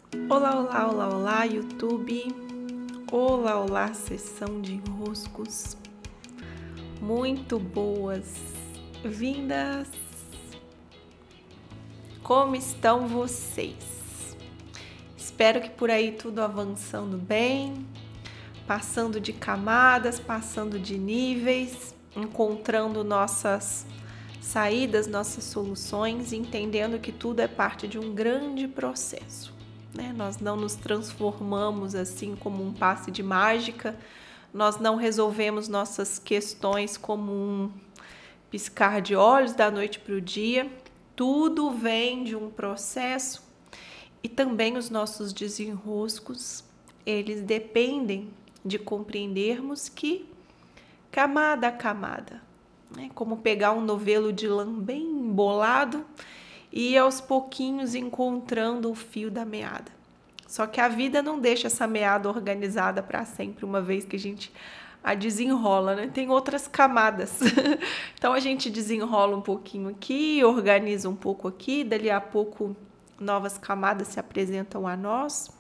Olá, olá, olá, olá, YouTube. Olá, olá, sessão de enroscos. Muito boas-vindas. Como estão vocês? Espero que por aí tudo avançando bem, passando de camadas, passando de níveis, encontrando nossas saídas, nossas soluções, entendendo que tudo é parte de um grande processo. Nós não nos transformamos assim como um passe de mágica, nós não resolvemos nossas questões como um piscar de olhos da noite para o dia. Tudo vem de um processo e também os nossos desenroscos, eles dependem de compreendermos que camada a camada, como pegar um novelo de lã bem embolado e aos pouquinhos encontrando o fio da meada. Só que a vida não deixa essa meada organizada para sempre, uma vez que a gente a desenrola, né? Tem outras camadas. Então a gente desenrola um pouquinho aqui, organiza um pouco aqui, dali a pouco novas camadas se apresentam a nós.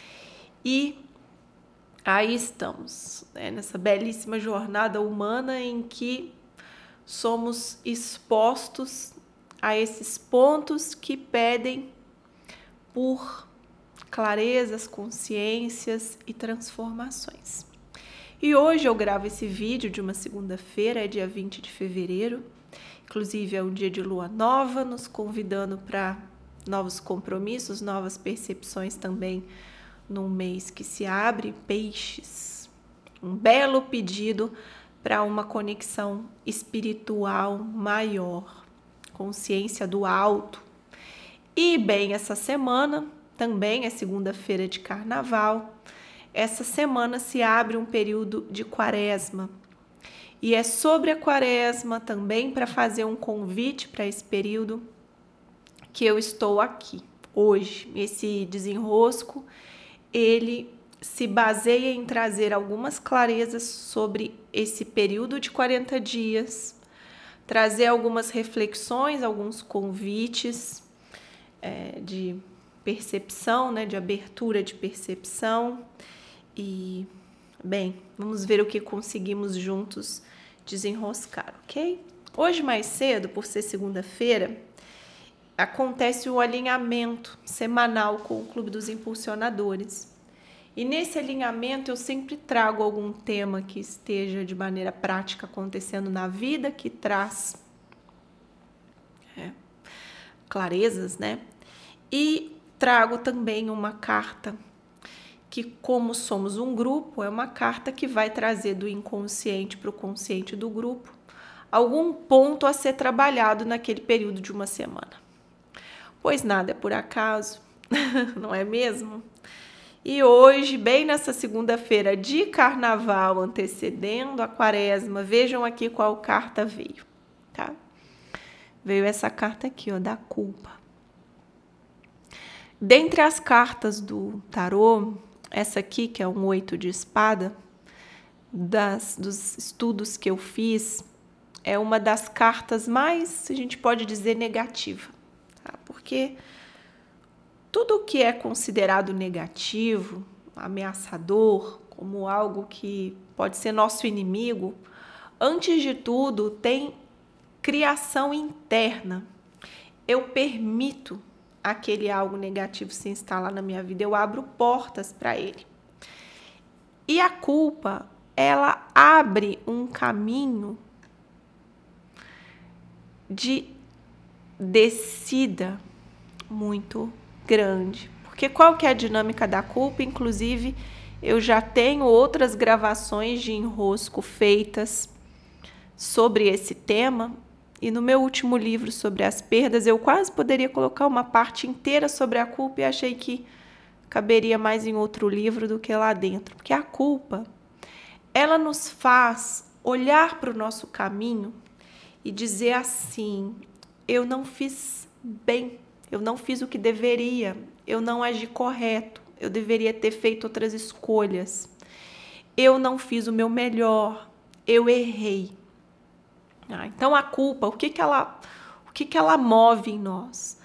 E aí estamos, nessa belíssima jornada humana em que somos expostos a esses pontos que pedem por clarezas, consciências e transformações. E hoje eu gravo esse vídeo de uma segunda-feira, é dia 20 de fevereiro, inclusive é um dia de lua nova, nos convidando para novos compromissos, novas percepções também num mês que se abre, Peixes. Um belo pedido para uma conexão espiritual maior, consciência do alto. E bem, essa semana também é segunda-feira de carnaval. Essa semana se abre um período de quaresma. E é sobre a quaresma também para fazer um convite para esse período que eu estou aqui hoje. Esse desenrosco, ele se baseia em trazer algumas clarezas sobre esse período de 40 dias, trazer algumas reflexões, alguns convites de percepção, de abertura de percepção. E, bem, vamos ver o que conseguimos juntos desenroscar, ok? Hoje mais cedo, por ser segunda-feira, acontece o alinhamento semanal com o Clube dos Impulsionadores. E nesse alinhamento eu sempre trago algum tema que esteja de maneira prática acontecendo na vida, que traz clarezas, E trago também uma carta que, como somos um grupo, é uma carta que vai trazer do inconsciente para o consciente do grupo algum ponto a ser trabalhado naquele período de uma semana. Pois nada é por acaso, não é mesmo? E hoje, bem nessa segunda-feira de carnaval, antecedendo a quaresma, vejam aqui qual carta veio, tá? Veio essa carta aqui, da culpa. Dentre as cartas do tarô, essa aqui, que é um 8 de espada, dos estudos que eu fiz, é uma das cartas mais, a gente pode dizer, negativa, tá? Porque tudo que é considerado negativo, ameaçador, como algo que pode ser nosso inimigo, antes de tudo tem criação interna. Eu permito aquele algo negativo se instalar na minha vida, eu abro portas para ele. E a culpa, ela abre um caminho de descida muito grande. Porque qual que é a dinâmica da culpa? Inclusive, eu já tenho outras gravações de enrosco feitas sobre esse tema. E no meu último livro sobre as perdas, eu quase poderia colocar uma parte inteira sobre a culpa e achei que caberia mais em outro livro do que lá dentro. Porque a culpa, ela nos faz olhar para o nosso caminho e dizer assim: eu não fiz bem, eu não fiz o que deveria, eu não agi correto, eu deveria ter feito outras escolhas, eu não fiz o meu melhor, eu errei. Então a culpa, o que ela move em nós?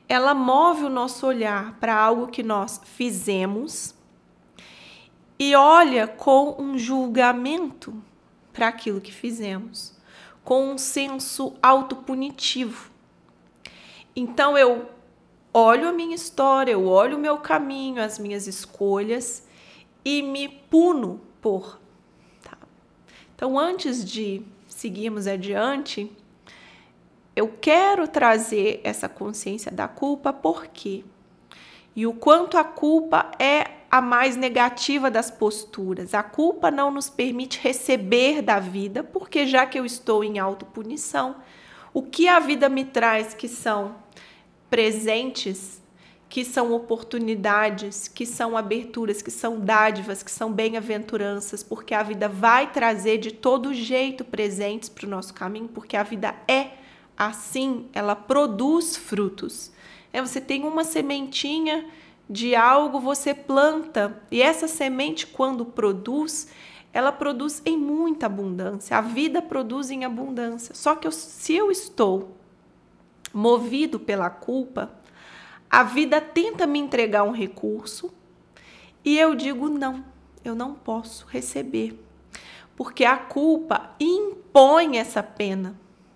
ela move o nosso olhar para algo que nós fizemos e olha com um julgamento para aquilo que fizemos, com um senso autopunitivo. Então eu olho a minha história, eu olho o meu caminho, as minhas escolhas e me puno por. Tá? Então, antes de seguirmos adiante, eu quero trazer essa consciência da culpa, por quê? E o quanto a culpa é a mais negativa das posturas. A culpa não nos permite receber da vida, porque já que eu estou em autopunição, o que a vida me traz que são presentes, que são oportunidades, que são aberturas, que são dádivas, que são bem-aventuranças, porque a vida vai trazer de todo jeito presentes para o nosso caminho, porque a vida é assim, ela produz frutos. Você tem uma sementinha de algo, você planta, e essa semente, quando produz, ela produz em muita abundância. A vida produz em abundância. Só que se eu estou movido pela culpa, a vida tenta me entregar um recurso e eu digo não, eu não posso receber, porque a culpa impõe essa pena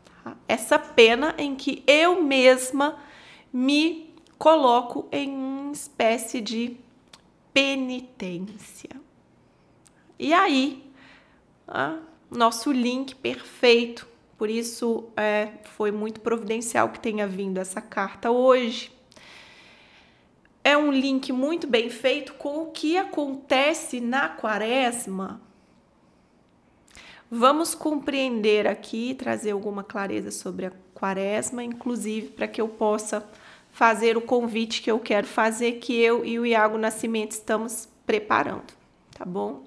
em que eu mesma me coloco em uma espécie de penitência. E aí, nosso link perfeito. Por isso, foi muito providencial que tenha vindo essa carta hoje. É um link muito bem feito com o que acontece na Quaresma. Vamos compreender aqui, trazer alguma clareza sobre a Quaresma, inclusive para que eu possa fazer o convite que eu quero fazer, que eu e o Iago Nascimento estamos preparando, tá bom?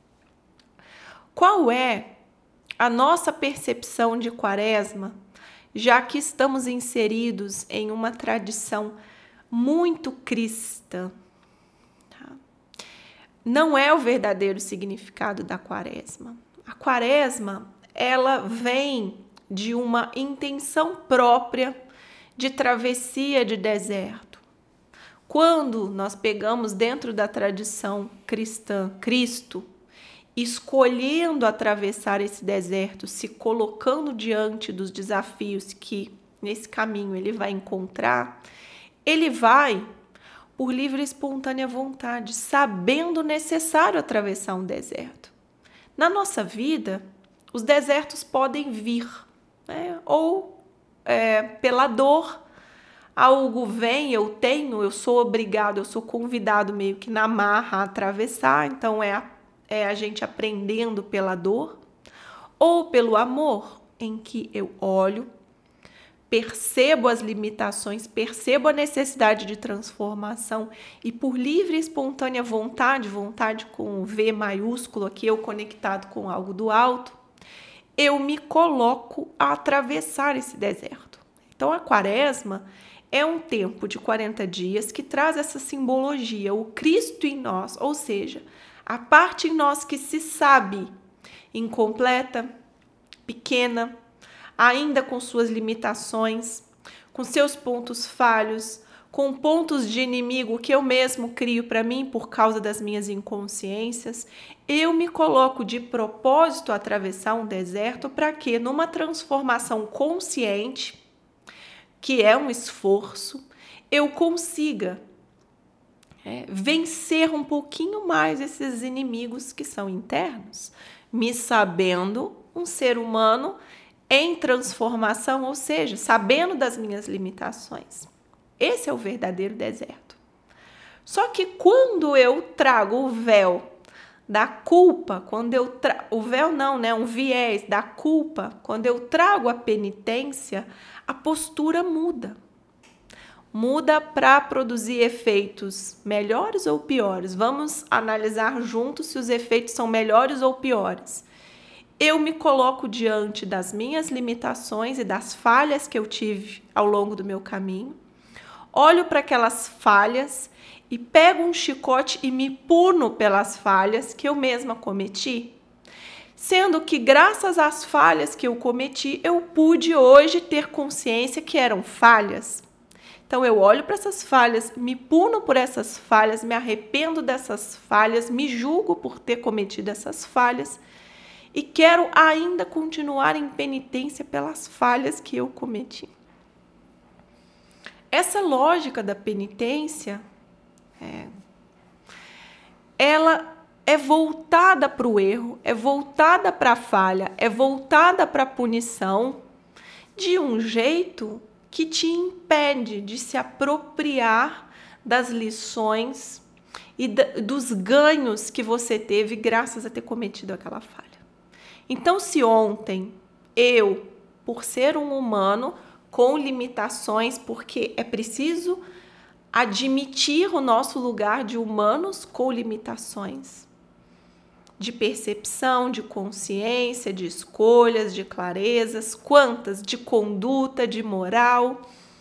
Qual é a nossa percepção de Quaresma, já que estamos inseridos em uma tradição muito cristã? Tá? Não é o verdadeiro significado da Quaresma. A Quaresma, ela vem de uma intenção própria de travessia de deserto. Quando nós pegamos dentro da tradição cristã Cristo, escolhendo atravessar esse deserto, se colocando diante dos desafios que nesse caminho ele vai encontrar, ele vai por livre e espontânea vontade, sabendo necessário atravessar um deserto. Na nossa vida, os desertos podem vir, né? Ou pela dor, algo vem, eu sou obrigado, eu sou convidado meio que na marra a atravessar, então é a gente aprendendo pela dor, ou pelo amor, em que eu olho, percebo as limitações, percebo a necessidade de transformação e por livre e espontânea vontade com o V maiúsculo aqui, eu conectado com algo do alto, eu me coloco a atravessar esse deserto. Então a Quaresma é um tempo de 40 dias que traz essa simbologia, o Cristo em nós, ou seja, a parte em nós que se sabe incompleta, pequena, ainda com suas limitações, com seus pontos falhos, com pontos de inimigo que eu mesmo crio para mim por causa das minhas inconsciências, eu me coloco de propósito a atravessar um deserto para que, numa transformação consciente, que é um esforço, eu consiga vencer um pouquinho mais esses inimigos que são internos, me sabendo um ser humano em transformação, ou seja, sabendo das minhas limitações. Esse é o verdadeiro deserto. Só que quando eu trago o véu da culpa, o véu não, né? Um viés da culpa, quando eu trago a penitência, a postura muda. Muda para produzir efeitos melhores ou piores. Vamos analisar juntos se os efeitos são melhores ou piores. Eu me coloco diante das minhas limitações e das falhas que eu tive ao longo do meu caminho. Olho para aquelas falhas e pego um chicote e me puno pelas falhas que eu mesma cometi. Sendo que, graças às falhas que eu cometi, eu pude hoje ter consciência que eram falhas. Então eu olho para essas falhas, me puno por essas falhas, me arrependo dessas falhas, me julgo por ter cometido essas falhas e quero ainda continuar em penitência pelas falhas que eu cometi. Essa lógica da penitência, ela é voltada para o erro, é voltada para a falha, é voltada para a punição de um jeito que te impede de se apropriar das lições e dos ganhos que você teve graças a ter cometido aquela falha. Então, se ontem eu, por ser um humano com limitações, porque é preciso admitir o nosso lugar de humanos com limitações, de percepção, de consciência, de escolhas, de clarezas, quantas? De conduta, de moral.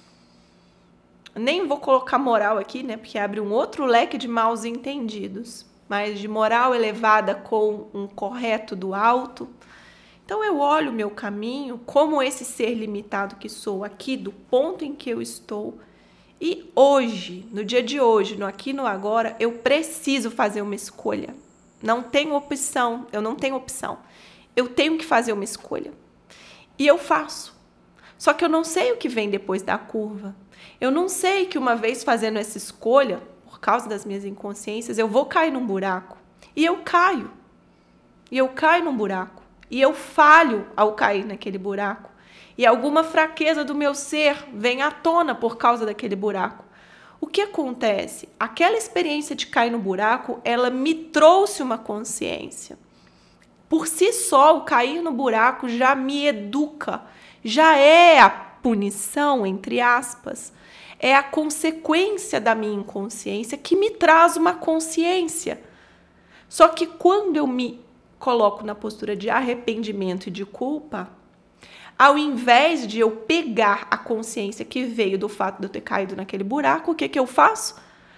Nem vou colocar moral aqui, né? Porque abre um outro leque de maus entendidos, mas de moral elevada com um correto do alto. Então eu olho o meu caminho como esse ser limitado que sou aqui, do ponto em que eu estou. E hoje, no dia de hoje, no aqui e no agora, eu preciso fazer uma escolha. Não tenho opção, eu não tenho opção. Eu tenho que fazer uma escolha. E eu faço. Só que eu não sei o que vem depois da curva. Eu não sei que uma vez fazendo essa escolha, por causa das minhas inconsciências, eu vou cair num buraco. E eu caio. E eu caio num buraco. E eu falho ao cair naquele buraco. E alguma fraqueza do meu ser vem à tona por causa daquele buraco. O que acontece? Aquela experiência de cair no buraco, ela me trouxe uma consciência. Por si só, o cair no buraco já me educa, já é a punição, entre aspas, é a consequência da minha inconsciência que me traz uma consciência. Só que quando eu me coloco na postura de arrependimento e de culpa, ao invés de eu pegar a consciência que veio do fato de eu ter caído naquele buraco, o que eu faço?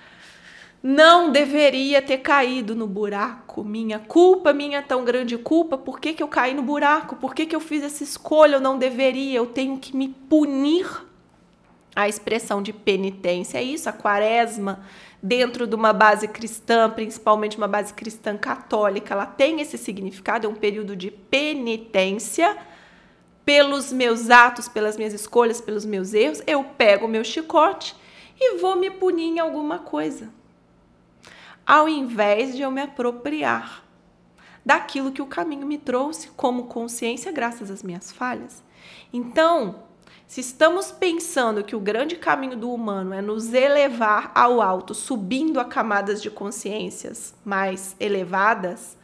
Não deveria ter caído no buraco. Minha culpa, minha tão grande culpa. Por que eu caí no buraco? Por que eu fiz essa escolha? Eu não deveria. Eu tenho que me punir. A expressão de penitência é isso, a quaresma, dentro de uma base cristã, principalmente uma base cristã católica, ela tem esse significado, é um período de penitência pelos meus atos, pelas minhas escolhas, pelos meus erros. Eu pego o meu chicote e vou me punir em alguma coisa, ao invés de eu me apropriar daquilo que o caminho me trouxe como consciência graças às minhas falhas. Então, se estamos pensando que o grande caminho do humano é nos elevar ao alto, subindo a camadas de consciências mais elevadas,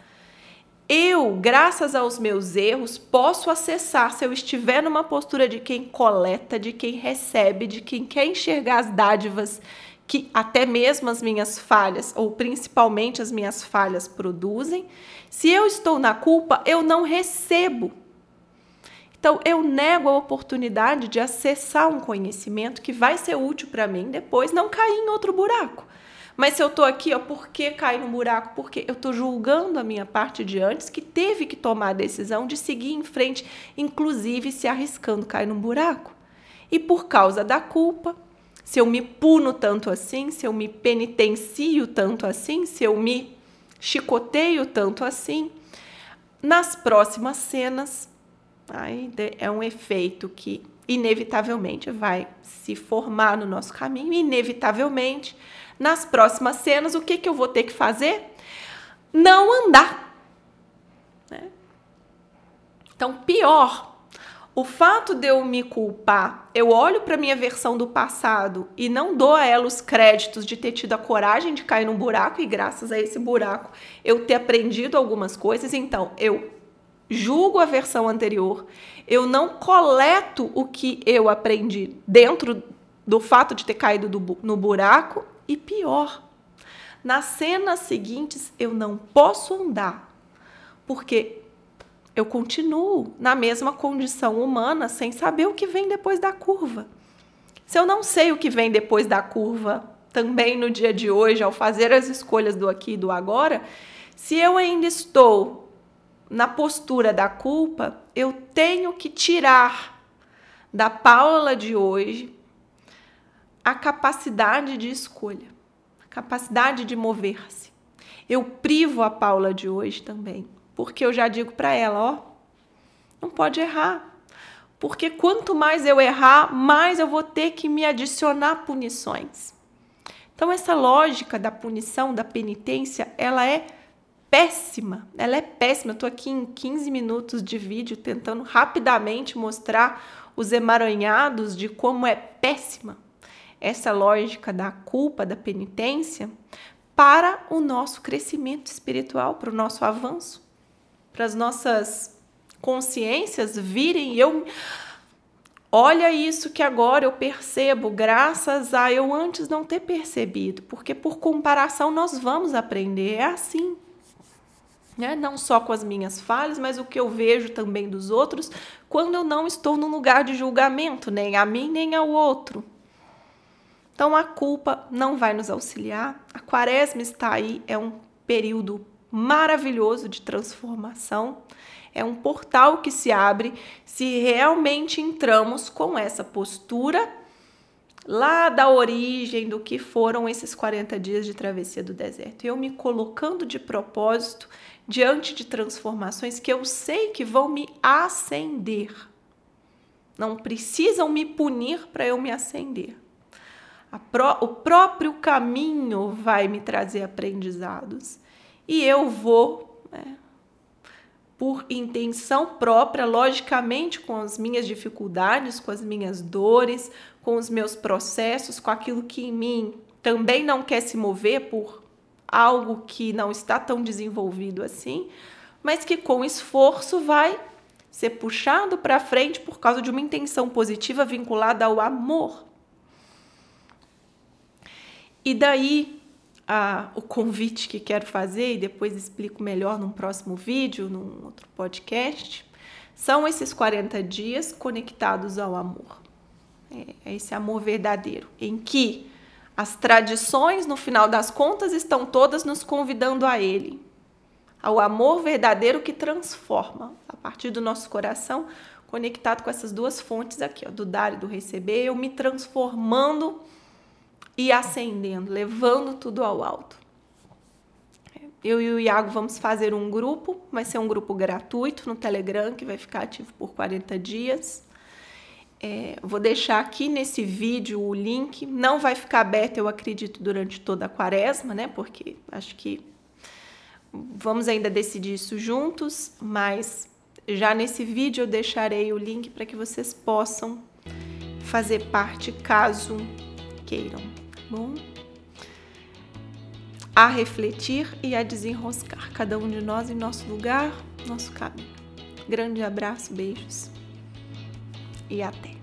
eu, graças aos meus erros, posso acessar, se eu estiver numa postura de quem coleta, de quem recebe, de quem quer enxergar as dádivas que até mesmo as minhas falhas, ou principalmente as minhas falhas, produzem. Se eu estou na culpa, eu não recebo. Então, eu nego a oportunidade de acessar um conhecimento que vai ser útil para mim depois não cair em outro buraco. Mas se eu estou aqui, por que cair no buraco? Porque eu estou julgando a minha parte de antes que teve que tomar a decisão de seguir em frente, inclusive se arriscando cair num buraco. E por causa da culpa, se eu me puno tanto assim, se eu me penitencio tanto assim, se eu me chicoteio tanto assim, nas próximas cenas, aí é um efeito que inevitavelmente vai se formar no nosso caminho, inevitavelmente, nas próximas cenas, o que eu vou ter que fazer? Não andar. Né? Então, pior, o fato de eu me culpar, eu olho para a minha versão do passado e não dou a ela os créditos de ter tido a coragem de cair num buraco e graças a esse buraco eu ter aprendido algumas coisas, então eu julgo a versão anterior, eu não coleto o que eu aprendi dentro do fato de ter caído no buraco. E pior, nas cenas seguintes eu não posso andar, porque eu continuo na mesma condição humana sem saber o que vem depois da curva. Se eu não sei o que vem depois da curva, também no dia de hoje, ao fazer as escolhas do aqui e do agora, se eu ainda estou na postura da culpa, eu tenho que tirar da Paula de hoje a capacidade de escolha, a capacidade de mover-se. Eu privo a Paula de hoje também, porque eu já digo para ela, não pode errar. Porque quanto mais eu errar, mais eu vou ter que me adicionar punições. Então, essa lógica da punição, da penitência, ela é péssima. Ela é péssima. Eu estou aqui em 15 minutos de vídeo tentando rapidamente mostrar os emaranhados de como é péssima essa lógica da culpa, da penitência, para o nosso crescimento espiritual, para o nosso avanço, para as nossas consciências virem olha isso que agora eu percebo, graças a eu antes não ter percebido, porque por comparação nós vamos aprender, é assim, né? Não só com as minhas falhas, mas o que eu vejo também dos outros, quando eu não estou num lugar de julgamento, nem a mim, nem ao outro. Então a culpa não vai nos auxiliar, a Quaresma está aí, é um período maravilhoso de transformação, é um portal que se abre se realmente entramos com essa postura lá da origem do que foram esses 40 dias de travessia do deserto. Eu me colocando de propósito diante de transformações que eu sei que vão me ascender. Não precisam me punir para eu me ascender. O próprio caminho vai me trazer aprendizados. E eu vou, por intenção própria, logicamente com as minhas dificuldades, com as minhas dores, com os meus processos, com aquilo que em mim também não quer se mover por algo que não está tão desenvolvido assim, mas que com esforço vai ser puxado para frente por causa de uma intenção positiva vinculada ao amor. E daí o convite que quero fazer, e depois explico melhor num próximo vídeo, num outro podcast, são esses 40 dias conectados ao amor. É esse amor verdadeiro, em que as tradições, no final das contas, estão todas nos convidando a ele. Ao amor verdadeiro que transforma, a partir do nosso coração, conectado com essas duas fontes aqui, do dar e do receber, eu me transformando e ascendendo, levando tudo ao alto. Eu e o Iago vamos fazer um grupo, vai ser um grupo gratuito no Telegram, que vai ficar ativo por 40 dias. Vou deixar aqui nesse vídeo o link, não vai ficar aberto, eu acredito, durante toda a Quaresma, né? Porque acho que vamos ainda decidir isso juntos, mas já nesse vídeo eu deixarei o link para que vocês possam fazer parte, caso queiram. Bom, a refletir e a desenroscar, cada um de nós em nosso lugar, nosso caminho. Grande abraço, beijos e até!